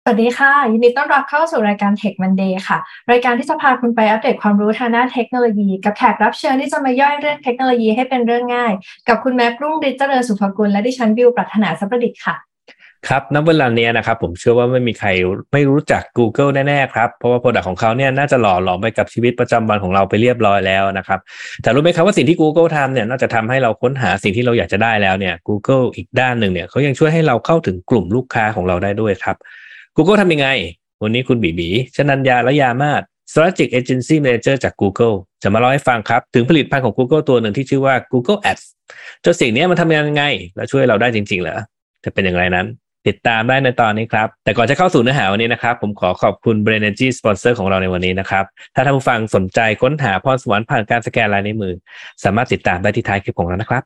สวัสดีค่ะยินดีต้อนรับเข้าสู่รายการ Tech Monday ค่ะรายการที่จะพาคุณไปอัปเดตความรู้ทางด้านเทคโนโลยีกับแขกรับเชิญที่จะมาย่อยเรื่องเทคโนโลยีให้เป็นเรื่องง่ายกับคุณแม็กรุ่งฤทธิ์เจริญสุภกุลและดิฉันบิวปรัชนาสัพประดิษฐ์ค่ะครับณเวลาเนี้ยนะครับผมเชื่อว่าไม่มีใครไม่รู้จัก Google แน่ๆครับเพราะว่า Product ของเขาเนี่ยน่าจะหล่อหลอมไปกับชีวิตประจำวันของเราไปเรียบร้อยแล้วนะครับแต่รู้ไหมครับว่าสิ่งที่ Google ทำเนี่ยนอกจากทำให้เราค้นหาสิ่งที่เราอยากจะได้แล้วเนี่ย Google อีกด้านหนึ่งเนี่ยเขายังช่วยให้เราเข้าถึงกลุ่มลูกค้าของเราได้ด้วยครับ Google ทำยังไงวันนี้คุณบีชนัญญาและยามาศ Strategic Agency Manager จาก Google จะมาเล่าให้ฟังครับถึงผลิตภัณฑ์ของ Google ตัวหนึ่งที่ชื่อว่า Google Ads เจ้าสิ่งนี้มันทำยังไงและช่วยเราได้จริงๆเหรอจะเป็นอย่างไรนั้นติดตามได้ในตอนนี้ครับแต่ก่อนจะเข้าสู่เนื้อหาวันนี้นะครับผมขอขอบคุณ Brainergy สปอนเซอร์ของเราในวันนี้นะครับถ้าท่านผู้ฟังสนใจค้นหาพรสวรรค์ผ่านการสแกนลายนิ้วมือสามารถติดตามได้ที่ท้ายคลิปของเรานะครับ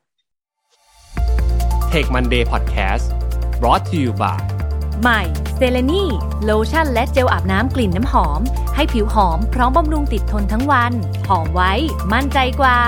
Take Monday Podcast brought to you by ใหม่เซเลนีโลชั่นและเจลอาบน้ำกลิ่นน้ำหอมให้ผิวหอมพร้อมบำรุงติดทนทั้งวันหอมไว้มั่นใจกว่า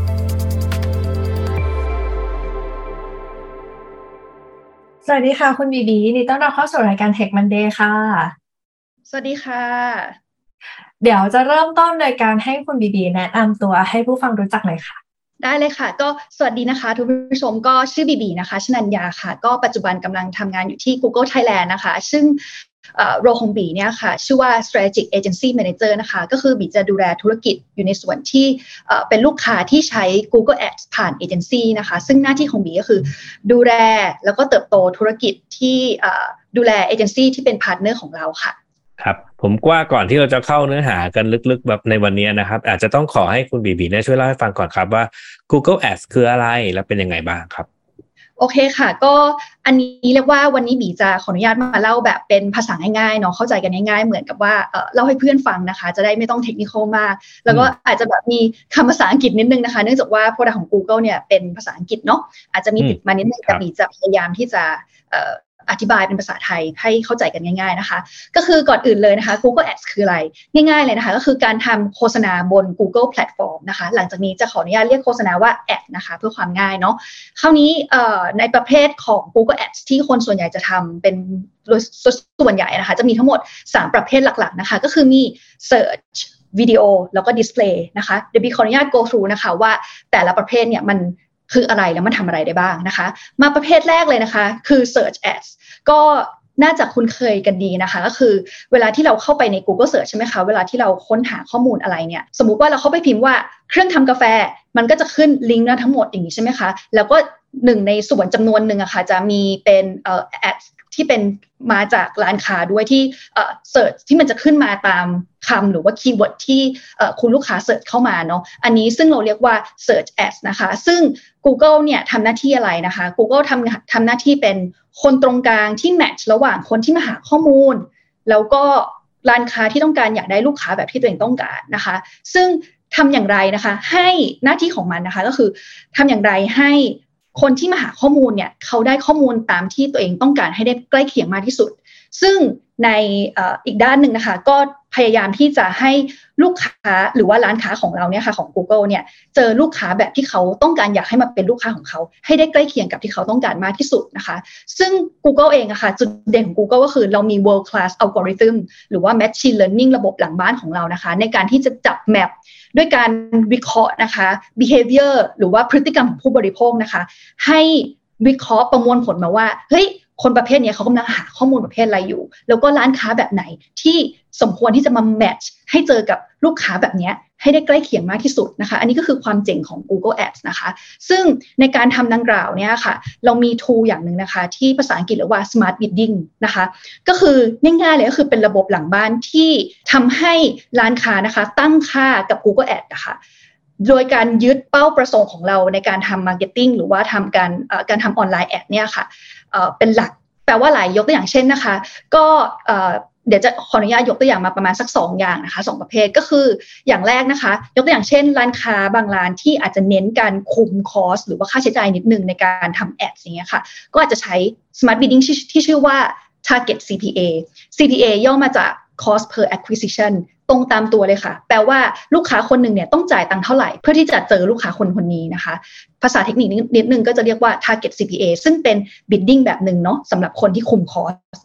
สวัสดีค่ะคุณบียินดีต้อนรับเข้าสู่รายการ Tech Monday ค่ะสวัสดีค่ะเดี๋ยวจะเริ่มต้นโดยการให้คุณบีแนะนำตัวให้ผู้ฟังรู้จักหน่อยค่ะได้เลยค่ะก็สวัสดีนะคะทุกผู้ชมก็ชื่อบีนะคะชนัญญาค่ะก็ปัจจุบันกำลังทำงานอยู่ที่ Google Thailand นะคะซึ่งโรของบีเนี่ยค่ะชื่อว่า Strategic Agency Manager นะคะก็คือบีจะดูแลธุรกิจอยู่ในส่วนที่เป็นลูกค้าที่ใช้ Google Ads ผ่านเอเจนซี่นะคะซึ่งหน้าที่ของบีก็คือดูแลแล้วก็เติบโตธุรกิจที่ดูแลเอเจนซี่ที่เป็นพาร์ทเนอร์ของเราค่ะครับผมว่าก่อนที่เราจะเข้าเนื้อหากันลึกๆแบบในวันนี้นะครับอาจจะต้องขอให้คุณบีเนี่ยช่วยเล่าให้ฟังก่อนครับว่า Google Ads คืออะไรและเป็นยังไงบ้างครับโอเคค่ะก็อันนี้เรียกว่าวันนี้บีจะขออนุญาตมาเล่าแบบเป็นภาษาง่ายๆเนาะเข้าใจกันง่ายๆเหมือนกับว่าเล่าให้เพื่อนฟังนะคะจะได้ไม่ต้องเทคนิคอลมากแล้วก็อาจจะแบบมีคำภาษาอังกฤษนิดนึงนะคะเนื่องจากว่า product ของ Google เนี่ยเป็นภาษาอังกฤษเนาะอาจจะมีติดมานิดนึงแต่บีจะพยายามที่จะอธิบายเป็นภาษาไทยให้เข้าใจกันง่ายๆนะคะก็คือก่อนอื่นเลยนะคะ Google Ads คืออะไรง่ายๆเลยนะคะก็คือการทำโฆษณาบน Google Platform นะคะหลังจากนี้จะขออนุญาตเรียกโฆษณาว่า Ad นะคะเพื่อความง่ายเนาะคราวนี้ในประเภทของ Google Ads ที่คนส่วนใหญ่จะทำเป็นส่วนใหญ่นะคะจะมีทั้งหมด3ประเภทหลักๆนะคะก็คือมี Search วิดีโอแล้วก็ Display นะคะเดี๋ยวบีขออนุญาต go through นะคะว่าแต่ละประเภทเนี่ยมันคืออะไรแล้วมันทำอะไรได้บ้างนะคะมาประเภทแรกเลยนะคะคือ Search Ads ก็น่าจะคุ้นเคยกันดีนะคะก็คือเวลาที่เราเข้าไปใน Google Search ใช่ไหมคะเวลาที่เราค้นหาข้อมูลอะไรเนี่ยสมมุติว่าเราเข้าไปพิมพ์ว่าเครื่องทำกาแฟมันก็จะขึ้นลิงก์นั้นทั้งหมดอย่างนี้ใช่ไหมคะแล้วก็หนึ่งในส่วนจำนวนหนึ่งอะคะจะมีเป็นads ที่เป็นมาจากร้านค้าด้วยที่search ที่มันจะขึ้นมาตามคำหรือว่าคีย์เวิร์ดที่คุณลูกค้าเสิร์ชเข้ามาเนาะอันนี้ซึ่งเราเรียกว่า search ads นะคะซึ่ง Google เนี่ยทำหน้าที่อะไรนะคะ Google ทำหน้าที่เป็นคนตรงกลางที่แมทช์ระหว่างคนที่มาหาข้อมูลแล้วก็ร้านค้าที่ต้องการอยากได้ลูกค้าแบบที่ตัวเองต้องการนะคะซึ่งทำอย่างไรนะคะให้หน้าที่ของมันนะคะก็คือทำอย่างไรให้คนที่มาหาข้อมูลเนี่ยเขาได้ข้อมูลตามที่ตัวเองต้องการให้ได้ใกล้เคียงมากที่สุดซึ่งในอีกด้านหนึ่งนะคะก็พยายามที่จะให้ลูกค้าหรือว่าร้านค้าของเราเนี่ยค่ะของ Google เนี่ยเจอลูกค้าแบบที่เขาต้องการอยากให้มาเป็นลูกค้าของเขาให้ได้ใกล้เคียงกับที่เขาต้องการมากที่สุดนะคะซึ่ง Google เองอะค่ะจุดเด่นของ Google ก็คือเรามี world class algorithm หรือว่า machine learning ระบบหลังบ้านของเรานะคะในการที่จะจับแมปด้วยการวิเคราะห์นะคะ behavior หรือว่าพฤติกรรมของผู้บริโภคนะคะให้วิเคราะห์ประมวลผลมาว่าเฮ้ยคนประเภทนี้เขากำลังหาข้อมูลประเภทอะไรอยู่แล้วก็ร้านค้าแบบไหนที่สมควรที่จะมาแมทช์ให้เจอกับลูกค้าแบบนี้ให้ได้ใกล้เคียงมากที่สุดนะคะอันนี้ก็คือความเจ๋งของ Google Ads นะคะซึ่งในการทำดังกล่าวเนี่ยค่ะเรามี tool อย่างหนึ่งนะคะที่ภาษาอังกฤษเรียกว่า Smart Bidding นะคะก็คือง่ายๆเลยก็คือเป็นระบบหลังบ้านที่ทำให้ร้านค้านะคะตั้งค่ากับ Google Ads นะคะโดยการยึดเป้าประสงค์ของเราในการทำ marketing หรือว่าทำการทำออนไลน์แอดเนี่ยค่ะเป็นหลักแปลว่าอะไรยกตัวอย่างเช่นนะคะก็เดี๋ยวจะขออนุญาตยกตัวอย่างมาประมาณสัก2อย่างนะคะ2ประเภทก็คืออย่างแรกนะคะยกตัวอย่างเช่นร้านค้าบางร้านที่อาจจะเน้นการคุมคอสหรือว่าค่าใช้จ่ายนิดนึงในการทำแอดอย่างเงี้ยค่ะก็อาจจะใช้ Smart Bidding ที่ชื่อว่า Target CPA CPA ย่อมาจาก Cost per Acquisition ตรงตามตัวเลยค่ะแปลว่าลูกค้าคนหนึ่งเนี่ยต้องจ่ายตังค์เท่าไหร่เพื่อที่จะเจอลูกค้าคนนี้นะคะภาษาเทคนิคนิดนึงก็จะเรียกว่า target CPA ซึ่งเป็น bidding แบบหนึ่งเนาะสำหรับคนที่คุมคอส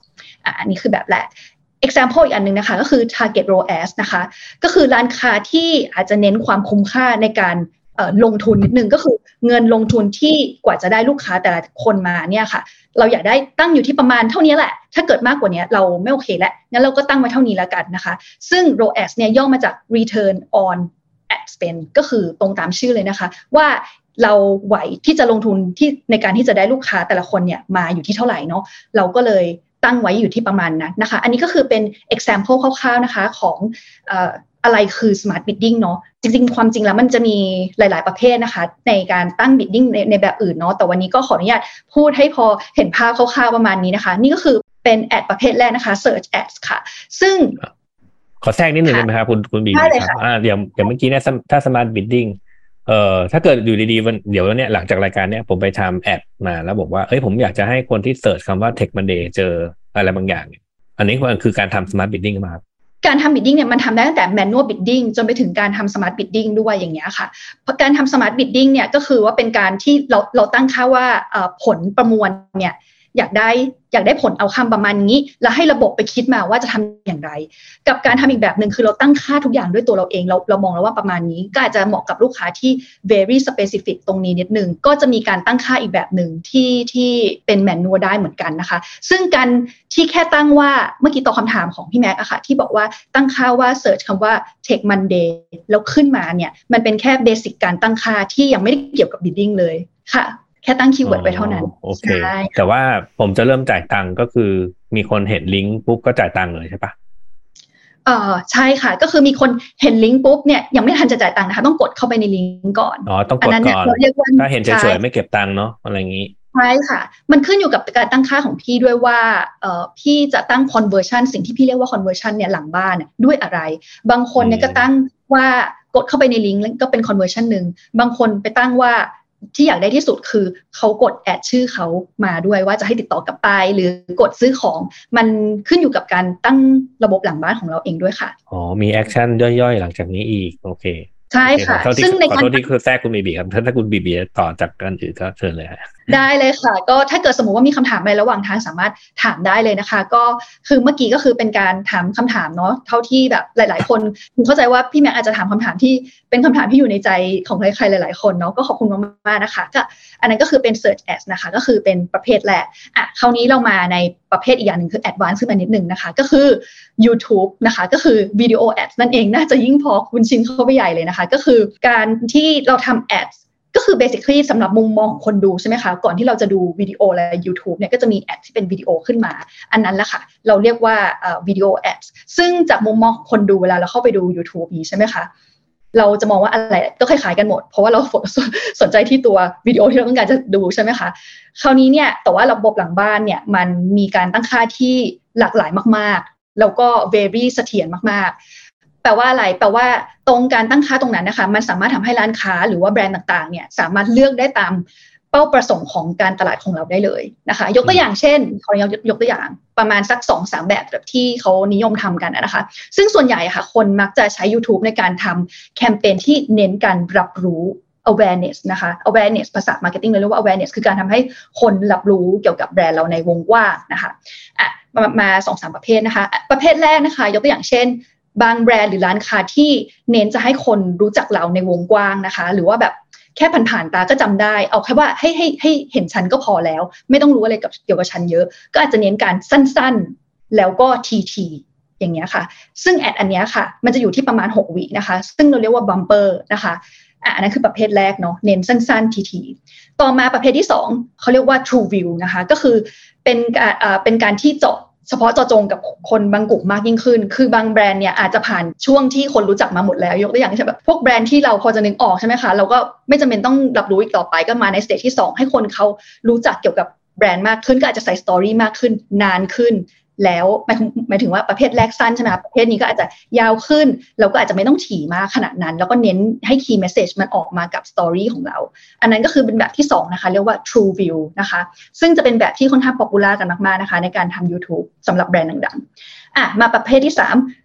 อันนี้คือแบบแรก example อีกอันนึงนะคะก็คือ target ROAS นะคะก็คือร้านค้าที่อาจจะเน้นความคุ้มค่าในการลงทุนนิดนึงก็คือเงินลงทุนที่กว่าจะได้ลูกค้าแต่ละคนมาเนี่ยค่ะเราอยากได้ตั้งอยู่ที่ประมาณเท่านี้แหละถ้าเกิดมากกว่านี้เราไม่โอเคแล้วงั้นเราก็ตั้งไว้เท่านี้แล้วกันนะคะซึ่ง ROAS เนี่ยย่อมาจาก Return on Ad Spend ก็คือตรงตามชื่อเลยนะคะว่าเราไหวที่จะลงทุนที่ในการที่จะได้ลูกค้าแต่ละคนเนี่ยมาอยู่ที่เท่าไหร่เนาะเราก็เลยตั้งไว้อยู่ที่ประมาณนั้นนะคะอันนี้ก็คือเป็น example คร่าวๆนะคะของอะไรคือ smart bidding เนาะจริงๆความจริงแล้วมันจะมีหลายๆประเภทนะคะในการตั้ง bidding ในแบบอื่นเนาะแต่วันนี้ก็ขออนุญาตพูดให้พอเห็นภาพคร่าวๆประมาณนี้นะคะนี่ก็คือเป็นแอดประเภทแรกนะคะ search ads ค่ะซึ่งขอแทรกนิดนึงได้ไหมครับคุณบีครับอย่างเมื่อกี้เนี่ยถ้า smart bidding ถ้าเกิดอยู่ดีๆเดี๋ยวเนี่ยหลังจากรายการเนี่ยผมไปทำแอดมาแล้วบอกว่าผมอยากจะให้คนที่เสิร์ชคำว่า Tech Monday เจออะไรบางอย่างเนี่ยอันนี้คือการทำ smart bidding มาครับการทำ bidding เนี่ยมันทำได้ตั้งแต่ manual bidding จนไปถึงการทำ smart bidding ด้วยอย่างเงี้ยค่ะเพราะการทำ smart bidding เนี่ยก็คือว่าเป็นการที่เราตั้งค่าว่าผลประมวลเนี่ยอยากได้ผลเอาคำประมาณนี้แล้วให้ระบบไปคิดมาว่าจะทำอย่างไรกับการทำอีกแบบนึงคือเราตั้งค่าทุกอย่างด้วยตัวเราเองเรามองแล้วว่าประมาณนี้ก็อาจจะเหมาะกับลูกค้าที่ very specific ตรงนี้นิดนึงก็จะมีการตั้งค่าอีกแบบนึงที่เป็น manual ได้เหมือนกันนะคะซึ่งการที่แค่ตั้งว่าเมื่อกี้ตอบคำถามของพี่แม็กอะค่ะที่บอกว่าตั้งค่าว่า search คำว่า Tech Monday แล้วขึ้นมาเนี่ยมันเป็นแค่ basic การตั้งค่าที่ยังไม่ได้เกี่ยวกับ bidding เลยค่ะแค่ตั้งคีย์เวิร์ดไปเท่านั้นโอเคแต่ว่าผมจะเริ่มจ่ายตังค์ก็คือมีคนเห็นลิงก์ปุ๊บก็จ่ายตังค์เลยใช่ปะใช่ค่ะก็คือมีคนเห็นลิงก์ปุ๊บเนี่ยยังไม่ทันจะจ่ายตังค์นะคะต้องกดเข้าไปในลิงก์ก่อนต้องกดก่อนถ้าเห็นเฉยๆไม่เก็บตังค์เนาะอะไรอย่างนี้ใช่ค่ะมันขึ้นอยู่กับการตั้งค่าของพี่ด้วยว่าพี่จะตั้ง conversion สิ่งที่พี่เรียกว่า conversion เนี่ยหลังบ้านด้วยอะไรบางคนเนี่ยก็ตั้งว่ากดเข้าไปในลิงก์แล้วก็เป็น conversion นึงบางคนไปตั้งว่าที่อยากได้ที่สุดคือเขากดแอดชื่อเขามาด้วยว่าจะให้ติดต่อกลับไปหรือกดซื้อของมันขึ้นอยู่กับการตั้งระบบหลังบ้านของเราเองด้วยค่ะมีแอคชั่นย่อยๆหลังจากนี้อีกโอเคใช่ค่ะซึ่งในขอโทษที่คือแทรกคุณบีบีครับถ้าคุณบีบีต่อจากกันอื่นก็เชิญเลยได้เลยค่ะก็ถ้าเกิดสมมติว่ามีคำถามอะไรระหว่างทางสามารถถามได้เลยนะคะก็คือเมื่อกี้ก็คือเป็นการถามคำถามเนาะเท่าที่แบบหลายๆคนเข้าใจว่าพี่แม็กอาจจะถามคำถามที่เป็นคำถามที่อยู่ในใจของใครๆหลายๆคนเนาะก็ขอบคุณมากๆนะคะก็อันนั้นก็คือเป็น search ads นะคะก็คือเป็นประเภทแรกคราวนี้เรามาในประเภทอีกอย่างนึงคือ advanced ขึ้นมานิดนึงนะคะก็คือ YouTube นะคะก็คือ video ads นั่นเองน่าจะยิ่งพอคุ้นชินเข้าไปใหญ่เลยนะคะก็คือการที่เราทำ adsก็คือ basically สำหรับมุมมองของคนดูใช่ไหมคะก่อนที่เราจะดูวิดีโอและ YouTube เนี่ยก็จะมีแอดที่เป็นวิดีโอขึ้นมาอันนั้นแหละค่ะเราเรียกว่าวิดีโอแอดซึ่งจากมุมมองของคนดูเวลาเราเข้าไปดู YouTube นี้ใช่ไหมคะเราจะมองว่าอะไรก็คล้ายๆกันหมดเพราะว่าเราสนใจที่ตัววิดีโอที่เราต้องการจะดูใช่ไหมคะคราวนี้เนี่ยแต่ว่าระบบหลังบ้านเนี่ยมันมีการตั้งค่าที่หลากหลายมากๆแล้วก็ very เสถียรมากๆแปลว่าอะไรแปลว่าตรงการตั้งค่าตรงนั้นนะคะมันสามารถทำให้ร้านค้าหรือว่าแบรนด์ต่างๆเนี่ยสามารถเลือกได้ตามเป้าประสงค์ของการตลาดของเราได้เลยนะคะยกตัวอย่างเช่นขอยกตัวอย่างประมาณสัก 2-3 แบบที่เขานิยมทำกันนะคะซึ่งส่วนใหญ่ค่ะคนมักจะใช้ YouTube ในการทำแคมเปญที่เน้นการรับรู้ awareness นะคะ awareness ภาษา marketing เรียกว่า awareness คือการทำให้คนรับรู้เกี่ยวกับแบรนด์เราในวงกว้างนะคะมา 2-3 ประเภทนะคะประเภทแรกนะคะยกตัวอย่างเช่นบางแบรนด์หรือร้านค้าที่เน้นจะให้คนรู้จักเราในวงกว้างนะคะหรือว่าแบบแค่ผ่านๆตาก็จำได้เอาแค่ว่าให้เห็นฉันก็พอแล้วไม่ต้องรู้อะไรเกี่ยวกับฉันเยอะก็อาจจะเน้นการสั้นๆแล้วก็ทีอย่างเงี้ยค่ะซึ่งแอดอันเนี้ยค่ะมันจะอยู่ที่ประมาณ6 วินะคะซึ่งเราเรียกว่าบัมเปอร์นะคะอันนั้นคือประเภทแรกเนาะเน้นสั้นๆทีต่อมาประเภทที่2เขาเรียกว่า True View นะคะก็คือเป็นการที่เฉพาะเจาะจงกับคนบางกลุ่มมากยิ่งขึ้นคือบางแบรนด์เนี่ยอาจจะผ่านช่วงที่คนรู้จักมาหมดแล้วยกตัวอย่างเช่นแบบพวกแบรนด์ที่เราพอจะนึกออกใช่ไหมคะเราก็ไม่จำเป็นต้องรับรู้อีกต่อไปก็มาในสเตจที่2ให้คนเขารู้จักเกี่ยวกับแบรนด์มากขึ้นก็อาจจะใส่สตอรี่มากขึ้นนานขึ้นแล้วหมายถึงว่าประเภทแรกสั้นใช่ไหมประเภทนี้ก็อาจจะยาวขึ้นเราก็อาจจะไม่ต้องถี่มากขนาดนั้นแล้วก็เน้นให้ key message มันออกมากับสตอรี่ของเราอันนั้นก็คือเป็นแบบที่2นะคะเรียกว่า True View นะคะซึ่งจะเป็นแบบที่ค่อนข้างป๊อปปูล่ากันมากๆนะคะในการทำ YouTube สำหรับแบรนด์ดังๆมาประเภทที่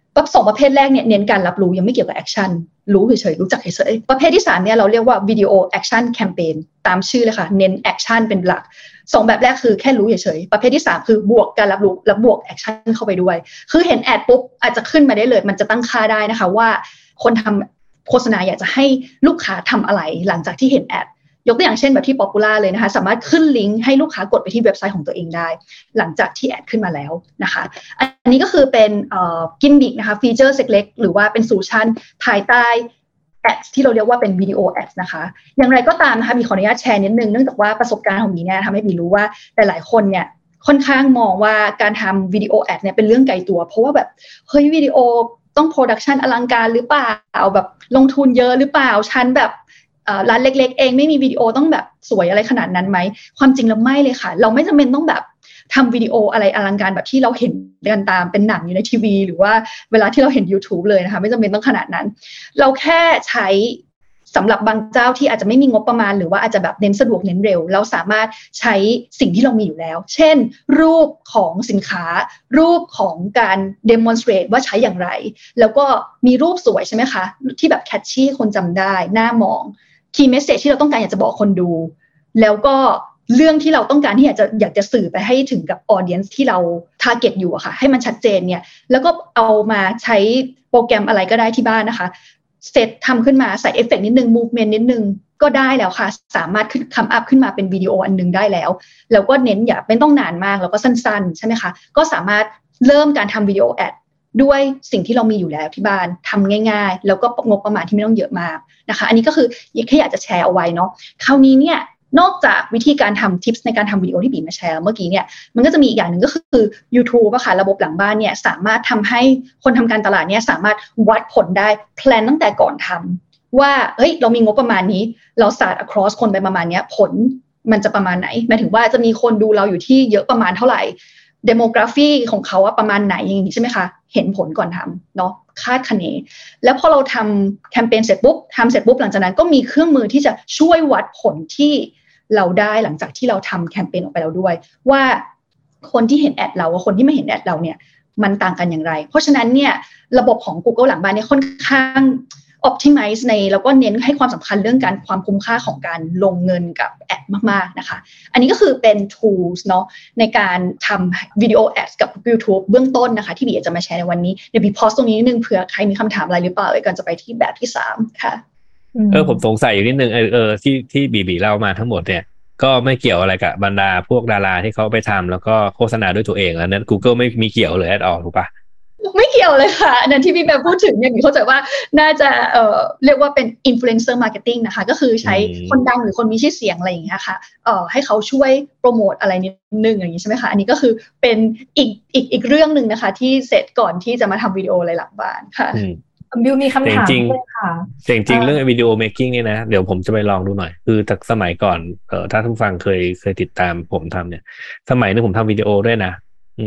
2ประเภทแรกเนี่ยเน้นการรับรู้ยังไม่เกี่ยวกับแอคชั่นรู้เฉยๆรู้จักเฉยๆประเภทที่3เนี่ยเราเรียกว่าวิดีโอแอคชั่นแคมเปญตามชื่อเลยค่ะเน้นแอคชั่นเป็นหลัก2แบบแรกคือแค่รู้เฉยๆประเภทที่3คือบวกการรับรู้และบวกแอคชั่นเข้าไปด้วยคือเห็นแอดปุ๊บอาจจะขึ้นมาได้เลยมันจะตั้งค่าได้นะคะว่าคนทำโฆษณาอยากจะให้ลูกค้าทำอะไรหลังจากที่เห็นแอดยกตัวอย่างเช่นแบบที่ Popular เลยนะคะสามารถขึ้นลิงก์ให้ลูกค้ากดไปที่เว็บไซต์ของตัวเองได้หลังจากที่แอดขึ้นมาแล้วนะคะอันนี้ก็คือเป็นกิมมิคนะคะฟีเจอร์เล็กๆหรือว่าเป็นโซลูชันภายใต้แอดที่เราเรียกว่าเป็นวิดีโอแอดนะคะอย่างไรก็ตามนะคะมีขออนุญาตแชร์นิดนึงเนื่องจากว่าประสบการณ์ของมีเนี่ยทำให้มีรู้ว่าหลายๆคนเนี่ยค่อนข้างมองว่าการทำวิดีโอแอดเนี่ยเป็นเรื่องไกลตัวเพราะว่าแบบเฮ้ยวิดีโอต้องโปรดักชันอลังการหรือเปล่าแบบลงทุนเยอะหรือเปล่าฉันแบบร้านเล็กๆเองไม่มีวิดีโอต้องแบบสวยอะไรขนาดนั้นไหมความจริงแล้วไม่เลยค่ะเราไม่จำเป็นต้องแบบทำวิดีโออะไรอลังการแบบที่เราเห็นกันตามเป็นหนังอยู่ในทีวีหรือว่าเวลาที่เราเห็น YouTube เลยนะคะไม่จำเป็นต้องขนาดนั้นเราแค่ใช้สำหรับบางเจ้าที่อาจจะไม่มีงบประมาณหรือว่าอาจจะแบบเน้นสะดวกเน้นเร็วเราสามารถใช้สิ่งที่เรามีอยู่แล้วเช่นรูปของสินค้ารูปของการ demonstrate ว่าใช้อย่างไรแล้วก็มีรูปสวยใช่ไหมคะที่แบบแคชชี่คนจำได้น่ามองkey message ที่เราต้องการอยากจะบอกคนดูแล้วก็เรื่องที่เราต้องการที่อยากจะสื่อไปให้ถึงกับ audience ที่เรา target อยู่อะค่ะให้มันชัดเจนเนี่ยแล้วก็เอามาใช้โปรแกรมอะไรก็ได้ที่บ้านนะคะเซตทำขึ้นมาใส่เอฟเฟกต์นิดนึง movement นิดนึงก็ได้แล้วค่ะสามารถทำอัพขึ้นมาเป็นวิดีโออันนึงได้แล้วแล้วก็เน้นอย่าไม่ต้องนานมากแล้วก็สั้นๆใช่ไหมคะก็สามารถเริ่มการทำวิดีโอแอดด้วยสิ่งที่เรามีอยู่แล้วที่บ้านทำง่ายๆแล้วก็งบประมาณที่ไม่ต้องเยอะมากนะคะอันนี้ก็คือแค่อยากจะแชร์เอาไว้เนาะคราวนี้เนี่ยนอกจากวิธีการทำทิปส์ในการทำวิดีโอที่บีมาแชร์เมื่อกี้เนี่ยมันก็จะมีอีกอย่างหนึ่งก็คือ YouTube อะค่ะระบบหลังบ้านเนี่ยสามารถทำให้คนทำการตลาดเนี่ยสามารถวัดผลได้แพลนตั้งแต่ก่อนทำว่าเฮ้ยเรามีงบประมาณนี้เราสาด across คนไปประมาณนี้ผลมันจะประมาณไหนหมายถึงว่าจะมีคนดูเราอยู่ที่เยอะประมาณเท่าไหร่demography ของเขาว่าประมาณไหนอย่างนี้ใช่ไหมคะเห็นผลก่อนทำเนาะคาดคะเนแล้วพอเราทำแคมเปญเสร็จปุ๊บหลังจากนั้นก็มีเครื่องมือที่จะช่วยวัดผลที่เราได้หลังจากที่เราทำแคมเปญออกไปแล้วด้วยว่าคนที่เห็นแอดเรากับคนที่ไม่เห็นแอดเราเนี่ยมันต่างกันอย่างไรเพราะฉะนั้นเนี่ยระบบของ Google หลังบ้านเนี่ยค่อนข้างoptimize ในแล้วก็เน้นให้ความสำคัญเรื่องการความคุ้มค่าของการลงเงินกับแอดมากๆนะคะอันนี้ก็คือเป็น tools เนาะในการทำวิดีโอแอดกับ YouTube เบื้องต้นนะคะที่บีจะมาแชร์ในวันนี้เดี๋ยวบีโพสต์ตรงนี้นิดนึงเผื่อใครมีคำถามอะไรหรือเปล่าก่อนจะไปที่แบบที่3ค่ะผมสงสัยอยู่นิดนึงที่บีเล่ามาทั้งหมดเนี่ยก็ไม่เกี่ยวอะไรกับบรรดาพวกดาราที่เขาไปทำแล้วก็โฆษณาด้วยตัวเองแล้วนั้น Google ไม่มีเกี่ยวเลยแอดออกถูกปะไม่เกี่ยวเลยค่ะนั่นที่พี่แบบพูดถึงเนี่ยมีเข้าใจว่าน่าจะเรียกว่าเป็น influencer marketing นะคะก็คือใช้คนดังหรือคนมีชื่อเสียงอะไรอย่างเงี้ยค่ะให้เขาช่วยโปรโมทอะไรนิดนึงอย่างนี้ใช่ไหมคะอันนี้ก็คือเป็นอีกเรื่องนึงนะคะที่เสร็จก่อนที่จะมาทำวิดีโออะไรหลังบ้านค่ะบิวมีคำถามเลยค่ะจริงเรื่องวิดีโอเมคกิ้งนี่นะเดี๋ยวผมจะไปลองดูหน่อยคือจากสมัยก่อนถ้าท่านฟังเคยติดตามผมทำเนี่ยสมัยนึงผมทำวิดีโอด้วยนะ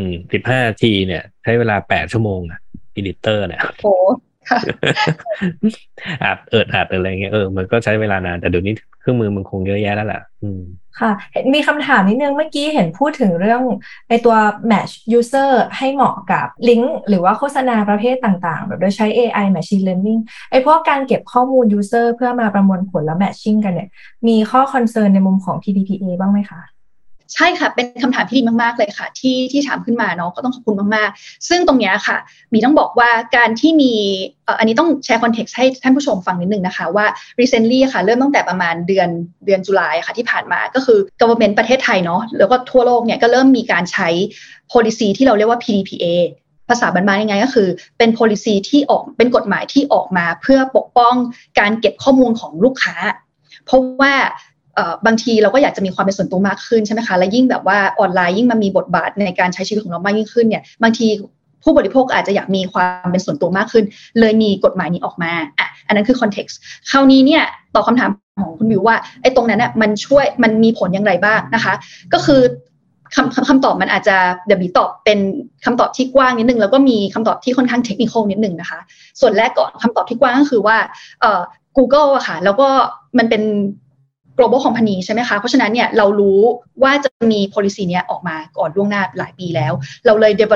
15 นาทีเนี่ยใช้เวลา8 ชั่วโมงอะอีดิเตอร์เนี่ยโอ้ค่ะอัดอะไรเงี้ยมันก็ใช้เวลานานแต่เดี๋ยวนี้เครื่องมือมันคงเยอะแยะแล้วล่ะค่ะมีคำถามนิดนึงเมื่อกี้เห็นพูดถึงเรื่องไอตัว match user ให้เหมาะกับลิงก์หรือว่าโฆษณาประเภทต่างๆแบบโดยใช้ AI machine learning ไอพวกการเก็บข้อมูล user เพื่อมาประมวลผลและ matching กันเนี่ยมีข้อ concern ในมุมของ PDPA บ้างไหมคะใช่ค่ะเป็นคำถามที่ดีมากๆเลยค่ะที่ถามขึ้นมาเนาะก็ต้องขอบคุณมากๆซึ่งตรงนี้ค่ะมีต้องบอกว่าการที่มีอันนี้ต้องแชร์คอนเท็กซ์ให้ท่านผู้ชมฟังนิดนึงนะคะว่า recently ค่ะเริ่มตั้งแต่ประมาณเดือนตุลาค่ะที่ผ่านมาก็คือ government ประเทศไทยเนาะแล้วก็ทั่วโลกเนี่ยก็เริ่มมีการใช้ policy ที่เราเรียกว่า PDPA ภาษาบ้านๆยังไงก็คือเป็น policy ที่ออกเป็นกฎหมายที่ออกมาเพื่อปกป้องการเก็บข้อมูลของลูกค้าเพราะว่าบางทีเราก็อยากจะมีความเป็นส่วนตัวมากขึ้นใช่ไหมคะและยิ่งแบบว่าออนไลน์ยิ่งมามีบทบาทในการใช้ชีวิตของเรามากยิ่งขึ้นเนี่ยบางทีผู้บริโภคอาจจะอยากมีความเป็นส่วนตัวมากขึ้นเลยมีกฎหมายนี้ออกมาอันนั้นคือคอนเท็กซ์คราวนี้เนี่ยตอบคำถามของคุณวิวว่าไอ้ตรงนั้นน่ะมันมีผลอย่างไรบ้างนะคะก็คือคำตอบมันอาจจะเดี๋ยวบีตอบเป็นคำตอบที่กว้างนิดนึงแล้วก็มีคำตอบที่ค่อนข้างเทคนิคนิดนึงนะคะส่วนแรกก่อนคำตอบที่กว้างก็คือว่าGoogle อะค่ะแล้วก็มันเป็นglobal company ใช่ไหมคะเพราะฉะนั้นเนี่ยเรารู้ว่าจะมี policy เนี้ยออกมาก่อนล่วงหน้าหลายปีแล้วเราเลย develop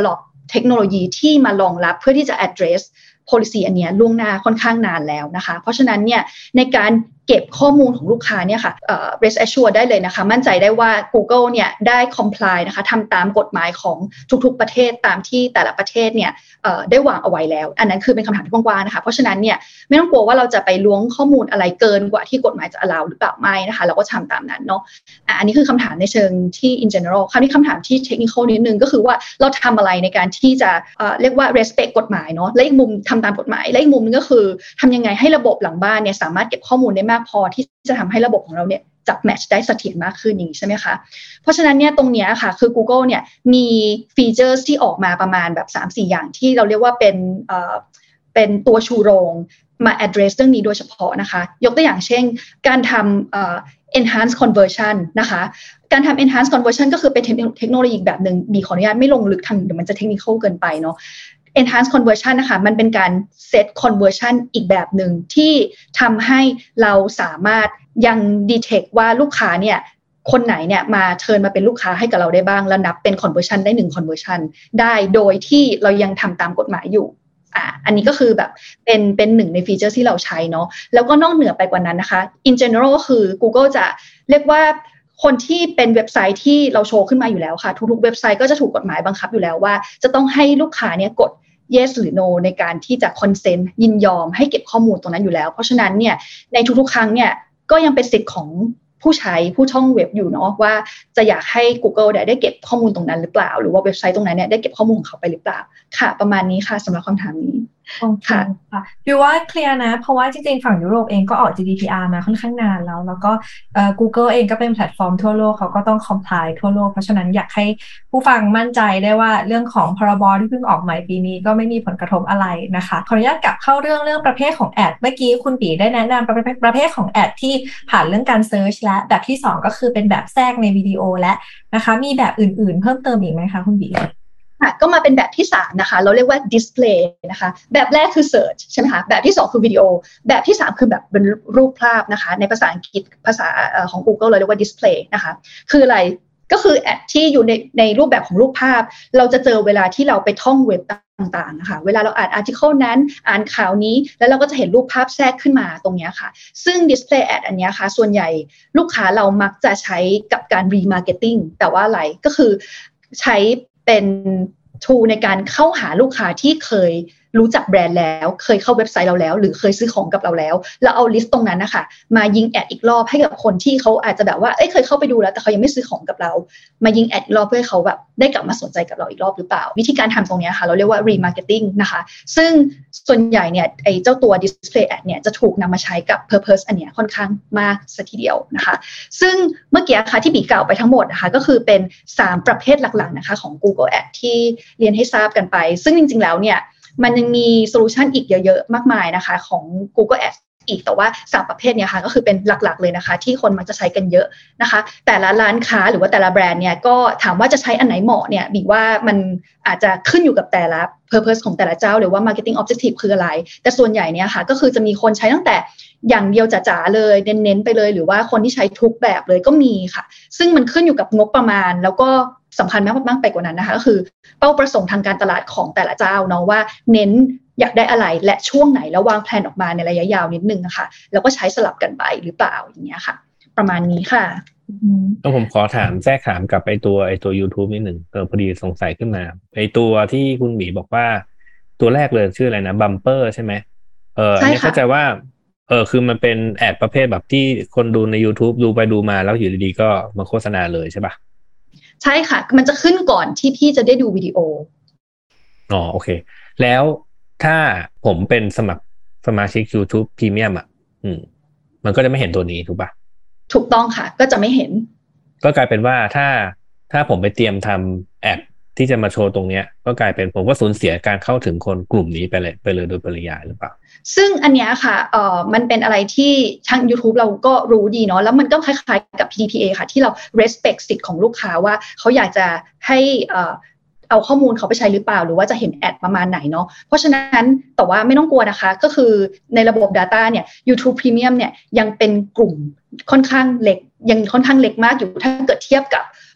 เทคโนโลยีที่มารองรับเพื่อที่จะ address policy อันนี้ล่วงหน้าค่อนข้างนานแล้วนะคะเพราะฉะนั้นเนี่ยในการเก็บข้อมูลของลูกค้าเนี่ยค่ะrest assure ได้เลยนะคะมั่นใจได้ว่า Google เนี่ยได้ comply นะคะทำตามกฎหมายของทุกๆประเทศตามที่แต่ละประเทศเนี่ยได้วางเอาไว้แล้วอันนั้นคือเป็นคำถามที่กว้างๆนะคะเพราะฉะนั้นเนี่ยไม่ต้องกลัวว่าเราจะไปล้วงข้อมูลอะไรเกินกว่าที่กฎหมายจะ allow หรือเปล่าไม่นะคะเราก็ทำตามนั้นเนาะอันนี้คือคำถามในเชิงที่ in general คราวนี้คำถามที่ technical นิดนึงก็คือว่าเราทำอะไรในการที่จะเรียกว่า respect กฎหมายเนาะและอีกมุมทำตามกฎหมายและอีกมุมนึงก็คือทำยังไงให้ระบบหลังบ้านเนี่ยสามารถเก็บข้อมูลได้มากพอที่จะทำให้ระบบของเราเนี่ยจับแมทช์ได้เสถียรมากขึ้นอย่างนี้ใช่ไหมคะเพราะฉะนั้นเนี่ยตรงนี้ค่ะคือ Google เนี่ยมีฟีเจอร์ที่ออกมาประมาณแบบ 3-4 อย่างที่เราเรียกว่าเป็นตัวชูโรงมา address เรื่องนี้โดยเฉพาะนะคะยกตัวอย่างเช่นการทำenhanced conversion นะคะการทำ enhanced conversion ก็คือเป็นเทคโนโลยีแบบหนึ่งบีขออนุญาตไม่ลงลึกทางเดี๋ยวมันจะ technical เกินไปเนาะenhanced conversion นะคะมันเป็นการ set conversion อีกแบบหนึ่งที่ทำให้เราสามารถยัง detect ว่าลูกค้าเนี่ยคนไหนเนี่ยมาเทิร์นมาเป็นลูกค้าให้กับเราได้บ้างแล้วนับเป็น conversion ได้1 conversion ได้โดยที่เรายังทำตามกฎหมายอยู่อันนี้ก็คือแบบเป็นหนึ่งในฟีเจอร์ที่เราใช้เนาะแล้วก็นอกเหนือไปกว่านั้นนะคะ in general ก็คือ Google จะเรียกว่าคนที่เป็นเว็บไซต์ที่เราโชว์ขึ้นมาอยู่แล้วค่ะทุกๆเว็บไซต์ก็จะถูกกฎหมายบังคับอยู่แล้วว่าจะต้องให้ลูกค้าเนี่ยกด yes หรือ no ในการที่จะ consent ยินยอมให้เก็บข้อมูลตรงนั้นอยู่แล้วเพราะฉะนั้นเนี่ยในทุกๆครั้งเนี่ยก็ยังเป็นสิทธิ์ของผู้ใช้ผู้ช่องเว็บอยู่เนาะว่าจะอยากให้ Google ได้เก็บข้อมูลตรงนั้นหรือเปล่าหรือว่าเว็บไซต์ตรงนั้นเนี่ยได้เก็บข้อมูลของเขาไปหรือเปล่าค่ะประมาณนี้ค่ะสำหรับคำถามนี้ค่ะดูว่าเคลียร์นะเพราะว่าจริงๆฝั่งยุโรปเองก็ออก GDPR มาค่อนข้างนานแล้วก็Google เองก็เป็นแพลตฟอร์มทั่วโลกเขาก็ต้อง comply ทั่วโลกเพราะฉะนั้นอยากให้ผู้ฟังมั่นใจได้ว่าเรื่องของพรบที่เพิ่งออกใหม่ปีนี้ก็ไม่มีผลกระทบอะไรนะคะขออนุญาตกลับเข้าเรื่องประเภทของแอดเมื่อกี้คุณปีได้แนะนำประเภทของแอดที่ผ่านเรื่องการเซิร์ชและแบบที่2ก็คือเป็นแบบแทรกในวิดีโอและนะคะมีแบบอื่นๆเพิ่มเติมอีกไหมคะคุณปีก็มาเป็นแบบที่3นะคะเราเรียกว่า display นะคะแบบแรกคือ search ใช่ไหมคะแบบที่2คือวิดีโอแบบที่3คือแบบเป็นรูปภาพนะคะในภาษาอังกฤษภาษาของ Google เราเรียกว่า display นะคะคืออะไรก็คือแอดที่อยู่ในรูปแบบของรูปภาพเราจะเจอเวลาที่เราไปท่องเว็บต่างๆนะคะเวลาเราอ่าน article นั้นอ่านข่าวนี้แล้วเราก็จะเห็นรูปภาพแทรกขึ้นมาตรงนี้ค่ะซึ่ง display ad อันนี้ค่ะส่วนใหญ่ลูกค้าเรามักจะใช้กับการ remarketing แต่ว่าอะไรก็คือใช้เป็นทูในการเข้าหาลูกค้าที่เคยรู้จักแบรนด์แล้วเคยเข้าเว็บไซต์เราแล้วหรือเคยซื้อของกับเราแล้วเอาลิสต์ตรงนั้นนะคะมายิงแอดอีกรอบให้กับคนที่เขาอาจจะแบบว่าเคยเข้าไปดูแล้วแต่เขายังไม่ซื้อของกับเรามายิงแอดอีกรอบเพื่อให้เขาแบบได้กลับมาสนใจกับเราอีกรอบหรือเปล่าวิธีการทำตรงนี้ค่ะเราเรียกว่า remarketing นะคะซึ่งส่วนใหญ่เนี่ยไอ้เจ้าตัว display ad เนี่ยจะถูกนำมาใช้กับ purpose อันเนี้ยค่อนข้างมากสักทีเดียวนะคะซึ่งเมื่อกี้ค่ะที่บีกล่าวไปทั้งหมดนะคะก็คือเป็น3ประเภทหลักๆนะคะของ Google Ad ที่เรียนให้ทราบกันไปซึ่งจริงๆแล้วเนี่ยมันยังมีโซลูชันอีกเยอะๆมากมายนะคะของ Google Ads อีกแต่ว่า3ประเภทเนี่ยค่ะก็คือเป็นหลักๆเลยนะคะที่คนมักจะใช้กันเยอะนะคะแต่ละร้านค้าหรือว่าแต่ละแบรนด์เนี่ยก็ถามว่าจะใช้อันไหนเหมาะเนี่ยบีว่ามันอาจจะขึ้นอยู่กับแต่ละ purpose ของแต่ละเจ้าหรือว่า marketing objective คืออะไรแต่ส่วนใหญ่เนี่ยค่ะก็คือจะมีคนใช้ตั้งแต่อย่างเดียวจ๋าๆเลยเน้นๆไปเลยหรือว่าคนที่ใช้ทุกแบบเลยก็มีค่ะซึ่งมันขึ้นอยู่กับงบประมาณแล้วก็สำคัญมากๆไปกว่านั้นนะคะก็คือเป้าประสงค์ทางการตลาดของแต่ละเจ้าเนาะว่าเน้นอยากได้อะไรและช่วงไหนแล้ววางแผนออกมาในระยะยาวนิดนึงนะคะแล้วก็ใช้สลับกันไปหรือเปล่าอย่างเงี้ยค่ะประมาณนี้ค่ะผมขอถามแทรกถามกับไอตัว YouTube นิดหนึ่งพอดีสงสัยขึ้นมาไอตัวที่คุณหมีบอกว่าตัวแรกเลยชื่ออะไรนะบัมเปอร์ใช่ไหมอันนี้เข้าใจว่าคือมันเป็นแอดประเภทแบบที่คนดูใน YouTube ดูไปดูมาแล้วอยู่ดีๆก็มาโฆษณาเลยใช่ปะใช่ค่ะมันจะขึ้นก่อนที่พี่จะได้ดูวิดีโอโอเคแล้วถ้าผมเป็นสมาชิก YouTube Premium มันก็จะไม่เห็นตัวนี้ถูกปะถูกต้องค่ะก็จะไม่เห็นก็กลายเป็นว่าถ้าผมไปเตรียมทำแอดที่จะมาโชว์ตรงนี้ก็กลายเป็นผมก็สูญเสียการเข้าถึงคนกลุ่มนี้ไปเลยโดยปริยายหรือเปล่าซึ่งอันเนี้ยค่ะมันเป็นอะไรที่ทาง YouTube เราก็รู้ดีเนาะแล้วมันก็คล้ายๆกับ PDPA ค่ะที่เรา respect สิทธิ์ของลูกค้าว่าเขาอยากจะให้เอาข้อมูลเขาไปใช้หรือเปล่าหรือว่าจะเห็นแอดประมาณไหนเนาะเพราะฉะนั้นแต่ว่าไม่ต้องกลัวนะคะก็คือในระบบ Data เนี่ย YouTube Premium เนี่ยยังเป็นกลุ่มค่อนข้างเล็กยังค่อนข้างเล็กมากอยู่ถ้าเกิดเทียบกับ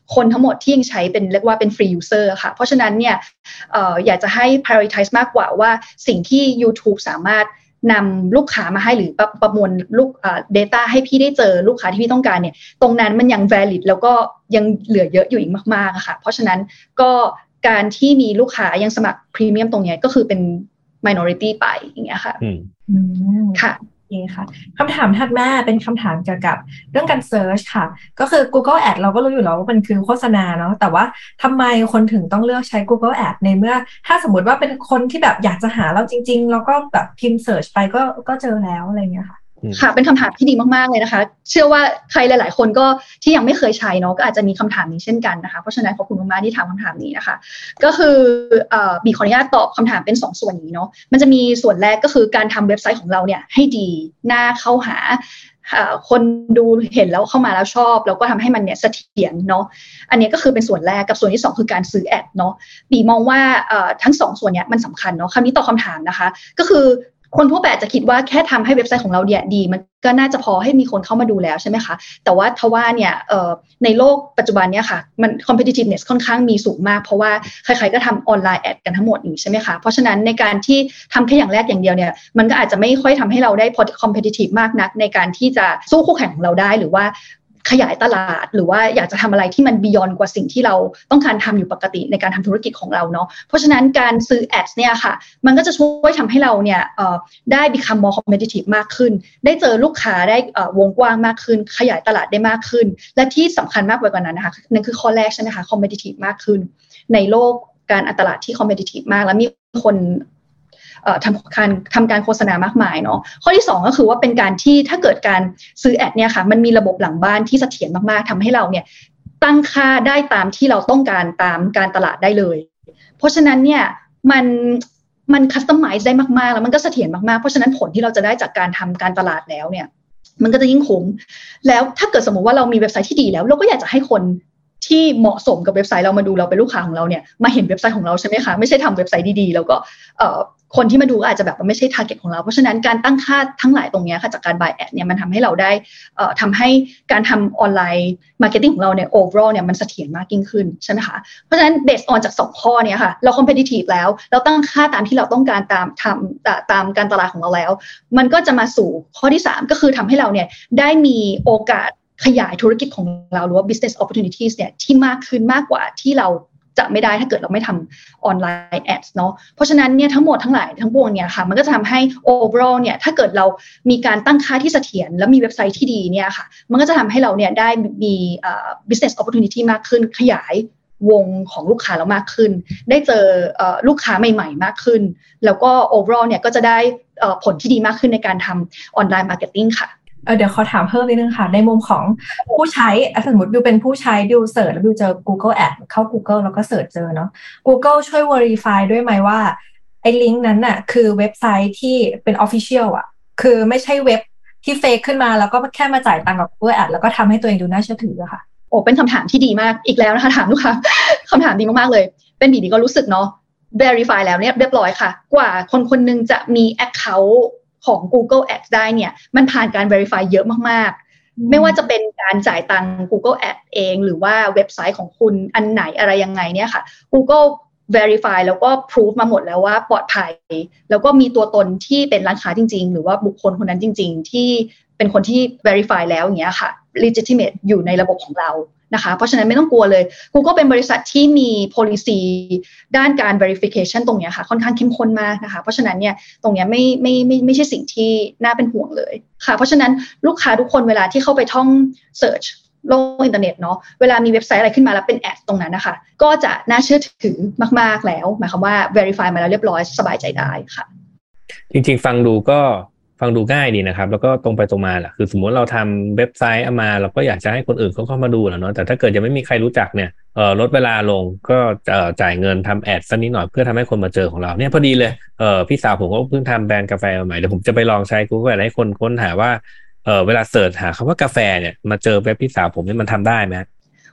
คนทั้งหมดที่ยังใช้เป็นเรียกว่าเป็น free user ค่ะเพราะฉะนั้นเนี่ยอยากจะให้ prioritize มากกว่าว่าสิ่งที่ YouTube สามารถนำลูกค้ามาให้หรือประมวลลูกdata ให้พี่ได้เจอลูกค้าที่พี่ต้องการเนี่ยตรงนั้นมันยัง valid แล้วก็ยังเหลือเยอะอยู่อีกมากๆค่ะเพราะฉะนั้นก็การที่มีลูกค้ายังสมัครพรีเมียมตรงนี้ก็คือเป็น minority ไปอย่างเงี้ยค่ะค่ะโอเคค่ะคำถามถัดมาเป็นคำถามเกี่ยวกับเรื่องการ search ค่ะก็คือ Google Ads เราก็รู้อยู่แล้วว่ามันคือโฆษณาเนาะแต่ว่าทำไมคนถึงต้องเลือกใช้ Google Ads ในเมื่อถ้าสมมติว่าเป็นคนที่แบบอยากจะหาเราจริงๆแล้วก็แบบพิมพ์ search ไปก็เจอแล้วอะไรเงี้ยค่ะค่ะเป็นคำถามที่ดีมากๆเลยนะคะเชื่อว่าใครหลายๆคนก็ที่ยังไม่เคยใช้เนาะก็อาจจะมีคำถามนี้เช่นกันนะคะเพราะฉะนั้นขอบคุณมากๆที่ถามคำถามนี้นะคะก็คือบีขออนุญาตตอบคำถามเป็น2ส่วนนี้เนาะมันจะมีส่วนแรกก็คือการทำเว็บไซต์ของเราเนี่ยให้ดีน่าเข้าหาคนดูเห็นแล้วเข้ามาแล้วชอบแล้วก็ทำให้มันเนี่ยเสถียรเนาะอันนี้ก็คือเป็นส่วนแรกกับส่วนที่2คือการซื้อแอดเนาะบีมองว่าทั้ง2ส่วนเนี้ยมันสำคัญเนาะคำนี้ตอบคำถามนะคะก็คือคนทั่วไปจะคิดว่าแค่ทำให้เว็บไซต์ของเราเนี่ยดีมันก็น่าจะพอให้มีคนเข้ามาดูแล้วใช่ไหมคะแต่ว่าทว่าเนี่ยในโลกปัจจุบันเนี่ยค่ะมัน competitiveness ค่อนข้างมีสูงมากเพราะว่าใครๆก็ทำออนไลน์แอดกันทั้งหมดอยู่ใช่ไหมคะเพราะฉะนั้นในการที่ทำแค่อย่างแรกอย่างเดียวเนี่ยมันก็อาจจะไม่ค่อยทำให้เราได้ competitive มากนักในการที่จะสู้คู่แข่งของเราได้หรือว่าขยายตลาดหรือว่าอยากจะทำอะไรที่มัน beyond กว่าสิ่งที่เราต้องการทำอยู่ปกติในการทำธุรกิจของเราเนาะเพราะฉะนั้นการซื้อ ads เนี่ยค่ะมันก็จะช่วยทำให้เราเนี่ยได้ become more competitive มากขึ้นได้เจอลูกค้าได้วงกว้างมากขึ้นขยายตลาดได้มากขึ้นและที่สำคัญมากกว่านั้นนะคะนั่นคือข้อแรกใช่ไหมคะ competitive มากขึ้นในโลกการตลาดที่ competitive มากแล้วมีคนทำการโฆษณามากมายเนาะข้อที่2ก็คือว่าเป็นการที่ถ้าเกิดการซื้อแอดเนี่ยค่ะมันมีระบบหลังบ้านที่เสถียรมากๆทำให้เราเนี่ยตั้งค่าได้ตามที่เราต้องการตามการตลาดได้เลยเพราะฉะนั้นเนี่ยมันคัสตอมไมซ์ได้มากๆแล้วมันก็เสถียรมากๆเพราะฉะนั้นผลที่เราจะได้จากการทำการตลาดแล้วเนี่ยมันก็จะยิ่งคุ้มแล้วถ้าเกิดสมมติว่าเรามีเว็บไซต์ที่ดีแล้วเราก็อยากจะให้คนที่เหมาะสมกับเว็บไซต์เรามาดูเราเป็นลูกค้าของเราเนี่ยมาเห็นเว็บไซต์ของเราใช่ไหมคะไม่ใช่ทำเว็บไซต์ดีๆแล้วก็คนที่มาดูอาจจะแบบไม่ใช่ target ของเราเพราะฉะนั้นการตั้งค่าทั้งหลายตรงนี้ค่ะจากการ buy ad เนี่ยมันทำให้เราได้ทำให้การทำออนไลน์ marketing ของเราเนี่ย overall เนี่ยมันเสถียรมากยิ่งขึ้นใช่ไหมคะเพราะฉะนั้น based on จาก2ข้อเนี่ยค่ะเรา competitive แล้วเราตั้งค่าตามที่เราต้องการตามการตลาดของเราแล้วมันก็จะมาสู่ข้อที่3ก็คือทำให้เราเนี่ยได้มีโอกาสขยายธุรกิจของเราหรือว่า business opportunities เนี่ยที่มากขึ้นมากกว่าที่เราจะไม่ได้ถ้าเกิดเราไม่ทำออนไลน์แอดเนาะเพราะฉะนั้นเนี่ยทั้งหมดทั้งหลายทั้งปวงเนี่ยค่ะมันก็จะทำให้ overall เนี่ยถ้าเกิดเรามีการตั้งค่าที่เสถียรและมีเว็บไซต์ที่ดีเนี่ยค่ะมันก็จะทำให้เราเนี่ยได้มีbusiness opportunity มากขึ้นขยายวงของลูกค้าเรามากขึ้นได้เจอลูกค้าใหม่ๆมากขึ้นแล้วก็ overall เนี่ยก็จะได้ผลที่ดีมากขึ้นในการทำออนไลน์มาร์เก็ตติ้งค่ะเดี๋ยวขอถามเพิ่มนิดนึงค่ะในมุมของผู้ใช้สมมติบิวเป็นผู้ใช้บิวเสิร์ชแล้วบิวเจอ Google Ads เข้า Google แล้วก็เสิร์ชเจอเนาะ Google ช่วย verify ด้วยไหมว่าไอ้ลิงก์นั้นน่ะคือเว็บไซต์ที่เป็น official อ่ะคือไม่ใช่เว็บที่เฟกขึ้นมาแล้วก็แค่มาจ่ายตังค์กับ Google Ads แล้วก็ทำให้ตัวเองดูน่าเชื่อถืออะค่ะโอ้เป็นคำถามที่ดีมากอีกแล้วนะคะถามลูกค้าคำถามดีมากๆเลยเป็นบีก็รู้สึกเนาะ verify แล้วเนี่ยเรียบร้อยค่ะกว่าคนนึงจะมี accountของ Google Ads ได้เนี่ยมันผ่านการ verify เยอะมากๆไม่ว่าจะเป็นการจ่ายตังค์ Google Ads เองหรือว่าเว็บไซต์ของคุณอันไหนอะไรยังไงเนี่ยค่ะ Google verify แล้วก็ prove มาหมดแล้วว่าปลอดภัยแล้วก็มีตัวตนที่เป็นร้านค้าจริงๆหรือว่าบุคคลคนนั้นจริงๆที่เป็นคนที่ verify แล้วอย่างเงี้ยค่ะ legitimate อยู่ในระบบของเรานะคะเพราะฉะนั้นไม่ต้องกลัวเลย Google เป็นบริษัทที่มี policy ด้านการ verification ตรงนี้ค่ะค่อนข้างเข้มข้นมากนะคะเพราะฉะนั้นเนี่ยตรงนี้ไม่ใช่สิ่งที่น่าเป็นห่วงเลยค่ะเพราะฉะนั้นลูกค้าทุกคนเวลาที่เข้าไปท่อง search โลกอินเทอร์เน็ตเนาะเวลามีเว็บไซต์อะไรขึ้นมาแล้วเป็นแอดตรงนั้นนะคะก็จะน่าเชื่อถือมากๆแล้วหมายความว่า verify มาแล้วเรียบร้อยสบายใจได้ค่ะจริงๆฟังดูง่ายดีนะครับแล้วก็ตรงไปตรงมาแหละคือสมมติเราทำเว็บไซต์มาเราก็อยากจะให้คนอื่นเขาเข้ามาดูแหละเนาะแต่ถ้าเกิดยังไม่มีใครรู้จักเนี่ยลดเวลาลงก็จ่ายเงินทำแอดสักนิดหน่อยเพื่อทำให้คนมาเจอของเราเนี่ยพอดีเลยพี่สาวผมก็เพิ่งทำแบรนด์กาแฟใหม่เดี๋ยวผมจะไปลองใช้ Google ให้คนค้นหาว่าเวลาเสิร์ชหาคำว่ากาแฟเนี่ยมาเจอเว็บพี่สาวผมนี่มันทำได้ไหม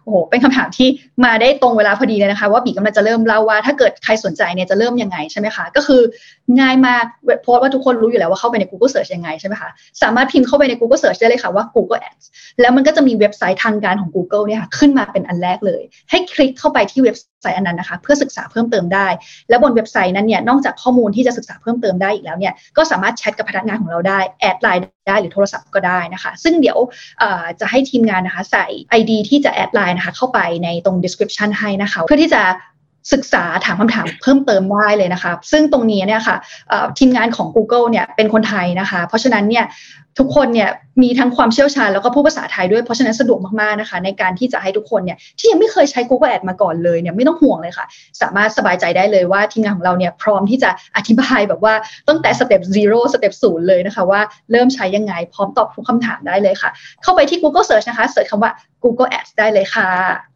โอ้โหเป็นคำถามที่มาได้ตรงเวลาพอดีเลยนะคะว่าบีกำลังจะเริ่มเล่าว่าถ้าเกิดใครสนใจเนี่ยจะเริ่มยังไงใช่ไหมคะก็คือง่ายมากเพราะว่าทุกคนรู้อยู่แล้วว่าเข้าไปใน Google Search ยังไงใช่ไหมคะสามารถพิมพ์เข้าไปใน Google Search ได้เลยค่ะว่า Google Ads แล้วมันก็จะมีเว็บไซต์ทางการของ Google เนี่ยค่ะขึ้นมาเป็นอันแรกเลยให้คลิกเข้าไปที่เว็บไซต์อันนั้นนะคะเพื่อศึกษาเพิ่มเติมได้และบนเว็บไซต์นั้นเนี่ยนอกจากข้อมูลที่จะศึกษาเพิ่มเติมได้อีกแล้วเนี่ยก็สามารถแชทกับพนักงานของเราได้แอดไลน์ได้หรือโทรศัพท์ก็ได้นะคะซึ่งเดี๋ยวจะให้ทีมงานนะคะใส่ ID ที่จะแอดไลน์นะคะเข้าไปในตรง description ให้นะคะเพื่อที่จะศึกษาถามคำถามเพิ่มเติมได้เลยนะคะซึ่งตรงนี้เนี่ยค่ะทีมงานของ Google เนี่ยเป็นคนไทยนะคะเพราะฉะนั้นเนี่ยทุกคนเนี่ยมีทั้งความเชี่ยวชาญแล้วก็พูดภาษาไทยด้วยเพราะฉะนั้นสะดวกมากๆนะคะในการที่จะให้ทุกคนเนี่ยที่ยังไม่เคยใช้ Google Ads มาก่อนเลยเนี่ยไม่ต้องห่วงเลยค่ะสามารถสบายใจได้เลยว่าทีมงานของเราเนี่ยพร้อมที่จะอธิบายแบบว่าตั้งแต่สเต็ป0สเต็ป0เลยนะคะว่าเริ่มใช้ยังไงพร้อมตอบทุกคำถามได้เลยค่ะเข้าไปที่ Google Search นะคะเสิร์ชคำว่า Google Ads ได้เลยค่ะ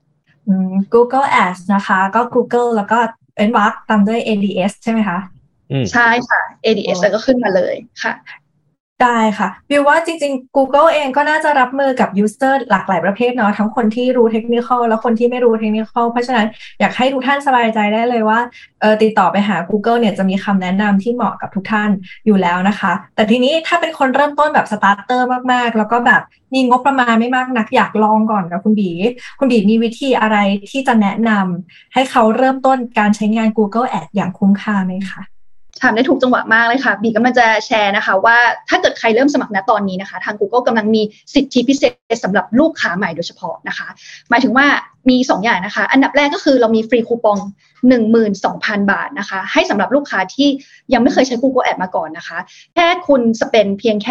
Google Ads นะคะก็ Google แล้วก็เป็นวรรคตามด้วย ADS ใช่ไหมคะใช่ค่ะ ADS แล้วก็ขึ้นมาเลยค่ะได้ค่ะบิวว่าจริงๆ Google เองก็น่าจะรับมือกับ user หลากหลายประเภทเนาะทั้งคนที่รู้เทคนิคและคนที่ไม่รู้เทคนิคเพราะฉะนั้นอยากให้ทุกท่านสบายใจได้เลยว่าติดต่อไปหา Google เนี่ยจะมีคำแนะนำที่เหมาะกับทุกท่านอยู่แล้วนะคะแต่ทีนี้ถ้าเป็นคนเริ่มต้นแบบสตาร์เตอร์มากๆแล้วก็แบบมีงบประมาณไม่มากนักอยากลองก่อนกับคุณบีมีวิธีอะไรที่จะแนะนำให้เขาเริ่มต้นการใช้งาน Google Ads อย่างคุ้มค่าไหมคะถามได้ถูกจังหวะมากเลยค่ะบีกำลังจะแชร์นะคะว่าถ้าเกิดใครเริ่มสมัครณตอนนี้นะคะทาง Google กำลังมีสิทธิพิเศษสำหรับลูกค้าใหม่โดยเฉพาะนะคะหมายถึงว่ามี2 อย่างนะคะอันดับแรกก็คือเรามีฟรีคูปอง 12,000 บาทนะคะให้สำหรับลูกค้าที่ยังไม่เคยใช้ Google Ads มาก่อนนะคะแค่คุณสเปนเพียงแค่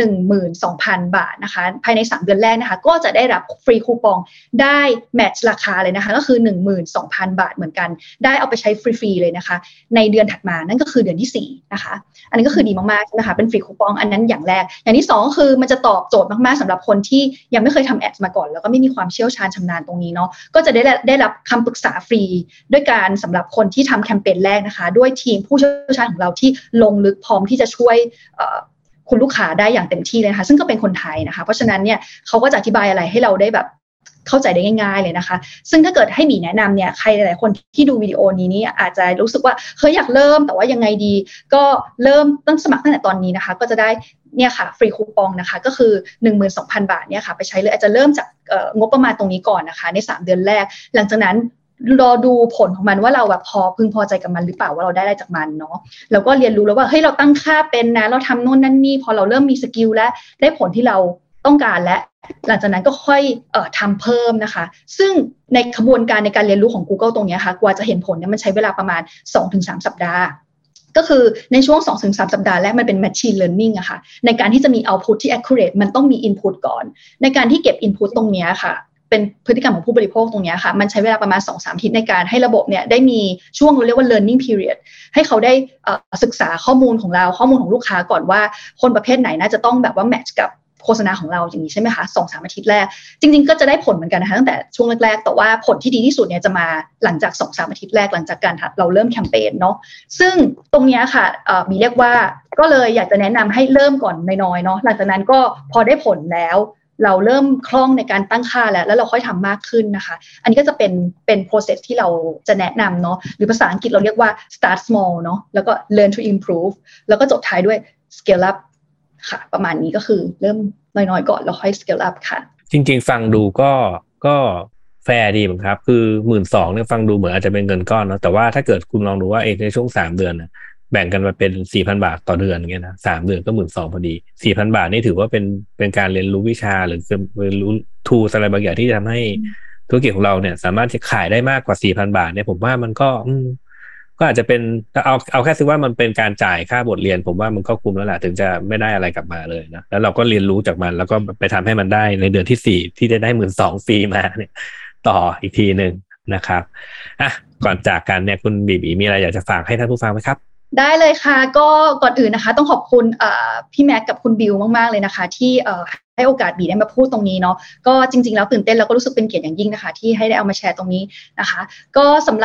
12,000 บาทนะคะภายใน3 เดือนแรกนะคะก็จะได้รับฟรีคูปองได้แมทช์ราคาเลยนะคะก็คือ 12,000 บาทเหมือนกันได้เอาไปใช้ฟรีๆเลยนะคะในเดือนถัดมานั่นก็คือเดือนที่4นะคะอันนี้ก็คือดีมากๆนะคะเป็นฟรีคูปองอันนั้นอย่างแรกอย่างที่2คือมันจะตอบโจทย์มากๆสำหรับคนที่ยังไม่เคยทำแอดมาก่อนแล้วก็ไม่มีความเชี่ยวชาญชำนาญตรงนี้เนาะก็จะได้รับคำปรึกษาฟรีด้วยการสำหรับคนที่ทำแคมเปญแรกนะคะด้วยทีมผู้เชี่ยวชาญของเราที่ลงลึกพร้อมที่จะช่วยคุณลูกค้าได้อย่างเต็มที่เลยนะคะซึ่งก็เป็นคนไทยนะคะเพราะฉะนั้นเนี่ยเขาก็จะอธิบายอะไรให้เราได้แบบเข้าใจได้ง่ายๆเลยนะคะซึ่งถ้าเกิดให้หมีแนะนำเนี่ยใครหลายๆคนที่ดูวิดีโอนี้นี่อาจจะรู้สึกว่าเฮ้ยอยากเริ่มแต่ว่ายังไงดีก็เริ่มตั้งสมัครตั้งแต่ตอนนี้นะคะก็จะได้เนี่ยค่ะฟรีคูปองนะคะก็คือ 12,000 บาทเนี่ยค่ะไปใช้เลยอาจจะเริ่มจากงบประมาณตรงนี้ก่อนนะคะใน3 เดือนแรกหลังจากนั้นรอดูผลของมันว่าเราแบบพึงพอใจกับมันหรือเปล่าว่าเราได้อะไรจากมันเนาะแล้วก็เรียนรู้แล้วว่าเฮ้ยเราตั้งค่าเป็นนะเราทำโน่นนั่นนี่พอเราเริ่มมีสกิลและได้ผลที่เราต้องการและหลังจากนั้นก็ค่อยทำเพิ่มนะคะซึ่งในกระบวนการในการเรียนรู้ของ Google ตรงนี้ค่ะกว่าจะเห็นผลเนี่ยมันใช้เวลาประมาณ 2-3 สัปดาห์ก็คือในช่วง 2-3 สัปดาห์แรกมันเป็น machine learning อะค่ะในการที่จะมี output ที่ accurate มันต้องมี input ก่อนในการที่เก็บ input ตรงนี้ค่ะเป็นพฤติกรรมของผู้บริโภคตรงนี้ค่ะมันใช้เวลาประมาณ 2-3 อาทิตย์ในการให้ระบบเนี่ยได้มีช่วงเราเรียกว่า learning period ให้เขาได้ศึกษาข้อมูลของเราข้อมูลของลูกค้าก่อนว่าคนประเภทไหนน่าจะต้องแบบว่า match กับโฆษณาของเราอย่างนี้ใช่ไหมคะ 2-3 อาทิตย์แรกจริงๆก็จะได้ผลเหมือนกันนะคะตั้งแต่ช่วงแรกๆแต่ว่าผลที่ดีที่สุดเนี่ยจะมาหลังจาก 2-3 อาทิตย์แรกหลังจากการเราเริ่มแคมเปญเนาะซึ่งตรงนี้ค่ะมีเรียกว่าก็เลยอยากจะแนะนำให้เริ่มก่อนน้อยๆเนาะหลังจากนั้นก็พอได้ผลแล้วเราเริ่มคล่องในการตั้งค่าแล้วเราค่อยทำมากขึ้นนะคะอันนี้ก็จะเป็น process ที่เราจะแนะนำเนาะหรือภาษาอังกฤษเราเรียกว่า start small เนาะแล้วก็ learn to improve แล้วก็จบท้ายด้วย scale up ค่ะประมาณนี้ก็คือเริ่มน้อยๆก่อนแล้วค่อย scale up ค่ะจริงๆฟังดูก็แฟร์ดีเหมือนครับคือ 12,000 เนี่ยฟังดูเหมือนอาจจะเป็นเงินก้อนเนาะแต่ว่าถ้าเกิดคุณลองดูว่าในช่วง3 เดือนนะแบ่งกันมาเป็น 4,000 บาทต่อเดือนอย่างเงี้ยนะ3 เดือนก็ 12,000 พอดี 4,000 บาทนี่ถือว่าเป็นการเรียนรู้วิชาหรือเรียนรู้ tools อะไรบางอย่างที่จะทำให้ธุรกิจของเราเนี่ยสามารถจะขายได้มากกว่า 4,000 บาทเนี่ยผมว่ามันก็อาจจะเป็นเอาแค่ซื้อว่ามันเป็นการจ่ายค่าบทเรียนผมว่ามันก็คุ้มแล้วแหละถึงจะไม่ได้อะไรกลับมาเลยนะแล้วเราก็เรียนรู้จากมันแล้วก็ไปทำให้มันได้ในเดือนที่4ที่ได้ 12,000 ฟรีมาเนี่ยต่ออีกทีนึงนะครับอ่ะก่อนจากกันเนี่ยคุณบีมีอะไรอยากจะฝากให้ท่านผู้ฟังไหมครับได้เลยค่ะก็ก่อนอื่นนะคะต้องขอบคุณพี่แม็กกับคุณบิวมากๆเลยนะคะที่ให้โอกาสบีได้มาพูดตรงนี้เนาะก็จริงๆแล้วตื่นเต้นแล้วก็รู้สึกเป็นเกียรติอย่างยิ่งนะคะที่ให้ได้เอามาแชร์ตรงนี้นะคะก็สำหรับ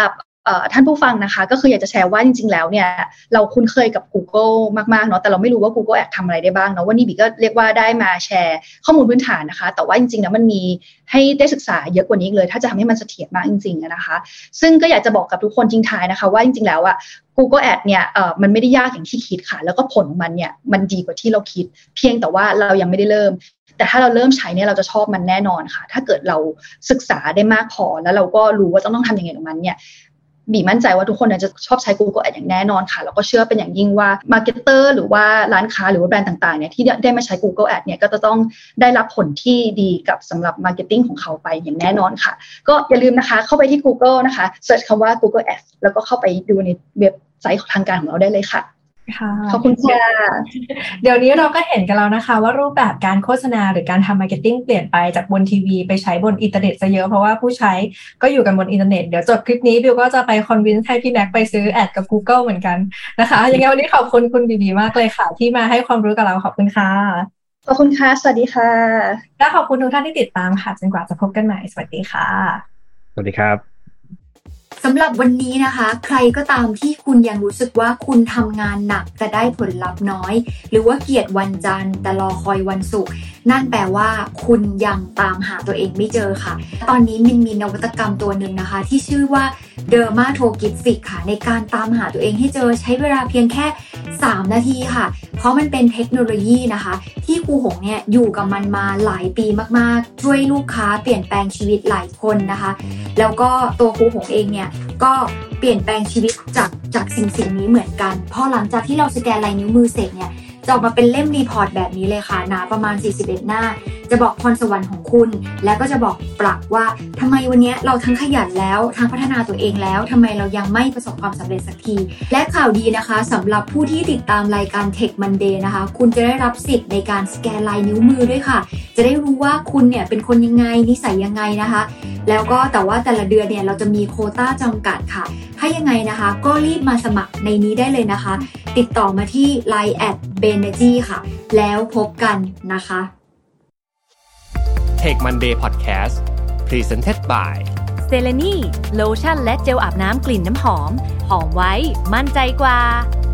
ท่านผู้ฟังนะคะก็คืออยากจะแชร์ว่าจริงๆแล้วเนี่ยเราคุ้นเคยกับ Google มากๆเนาะแต่เราไม่รู้ว่า Google Ads ทำอะไรได้บ้างเนาะวันนี้บีก็เรียกว่าได้มาแชร์ข้อมูลพื้นฐานนะคะแต่ว่าจริงๆแล้วมันมีให้ได้ศึกษาเยอะกว่านี้เลยถ้าจะทำให้มันเสถียรมากจริงๆนะคะซึ่งก็อยากจะบอกกับทุกคนทิ้งท้ายนะคะว่าจริงๆแล้วGoogle Ads เนี่ยมันไม่ได้ยากอย่างที่คิดค่ะแล้วก็ผลของมันเนี่ยมันดีกว่าที่เราคิดเพียงแต่ว่าเรายังไม่ได้เริ่มแต่ถ้าเราเริ่มใช้เนี่ยเราจะชอบมันแน่นอนค่ะถ้าเกิดเราศึกษาได้มากพอแล้วเราก็รู้ว่าต้องทำยังไงกับมันเนี่ยบีมั่นใจว่าทุกคนจะชอบใช้ Google Ads อย่างแน่นอนค่ะแล้วก็เชื่อเป็นอย่างยิ่งว่ามาร์เก็ตเตอร์หรือว่าร้านค้าหรือว่าแบรนด์ต่างๆเนี่ยที่ได้มาใช้ Google Ads เนี่ยก็จะต้องได้รับผลที่ดีกับสำหรับมาร์เก็ตติ้งของเขาไปอย่างแน่นอนค่ะก็อย่าลืมนะคะเข้าไปที่ Google นะคะเสิร์ชคำว่า Google Ads แล้วก็เข้าไปดูในเว็บไซต์ของทางการของเราได้เลยค่ะขอบคุณค่ะเดี๋ยวนี้เราก็เห็นกันแล้วนะคะว่ารูปแบบการโฆษณาหรือการทำมาร์เก็ตติ้งเปลี่ยนไปจากบนทีวีไปใช้บนอินเทอร์เน็ตซะเยอะเพราะว่าผู้ใช้ก็อยู่กันบนอินเทอร์เน็ตเดี๋ยวจบคลิปนี้บิวก็จะไปคอนวินส์ให้พี่แม็กไปซื้อแอดกับ Google เหมือนกันนะคะยังไงวันนี้ขอบคุณคุณบีมากเลยค่ะที่มาให้ความรู้กับเราขอบคุณค่ะขอบคุณค่ะสวัสดีค่ะและขอบคุณทุกท่านที่ติดตามค่ะจนกว่าจะพบกันใหม่สวัสดีค่ะสวัสดีครับสำหรับวันนี้นะคะใครก็ตามที่คุณยังรู้สึกว่าคุณทำงานหนักแต่ได้ผลลัพธ์น้อยหรือว่าเกลียดวันจันทร์แต่รอคอยวันศุกร์นั่นแปลว่าคุณยังตามหาตัวเองไม่เจอค่ะตอนนี้มินมีนวัตกรรมตัวหนึ่งนะคะที่ชื่อว่า Dermatogific ค่ะในการตามหาตัวเองให้เจอใช้เวลาเพียงแค่3 นาทีค่ะเพราะมันเป็นเทคโนโลยีนะคะที่ครูหงเนี่ยอยู่กับมันมาหลายปีมากๆช่วยลูกค้าเปลี่ยนแปลงชีวิตหลายคนนะคะแล้วก็ตัวครูหงเองเนี่ยก็เปลี่ยนแปลงชีวิตจากสิ่งนี้เหมือนกันพอหลังจากที่เราสแกนลายนิ้วมือเสร็จเนี่ยจะออกมาเป็นเล่มรีพอร์ตแบบนี้เลยค่ะหนาประมาณ41 หน้าจะบอกพรสวรรค์ของคุณและก็จะบอกปรับว่าทำไมวันนี้เราทั้งขยันแล้วทั้งพัฒนาตัวเองแล้วทำไมเรายังไม่ประสบความสำเร็จสักทีและข่าวดีนะคะสำหรับผู้ที่ติดตามรายการ Tech Monday นะคะคุณจะได้รับสิทธิ์ในการสแกนลายนิ้วมือด้วยค่ะจะได้รู้ว่าคุณเนี่ยเป็นคนยังไงนิสัยยังไงนะคะแล้วก็แต่ว่าแต่ละเดือนเนี่ยเราจะมีโควต้าจำกัดค่ะถ้ายังไงนะคะก็รีบมาสมัครในนี้ได้เลยนะคะติดต่อมาที่ Line @benergy ค่ะแล้วพบกันนะคะ Tech Monday Podcast Presented by เซเลนีโลชั่นและเจลอาบน้ำกลิ่นน้ำหอมหอมไว้มั่นใจกว่า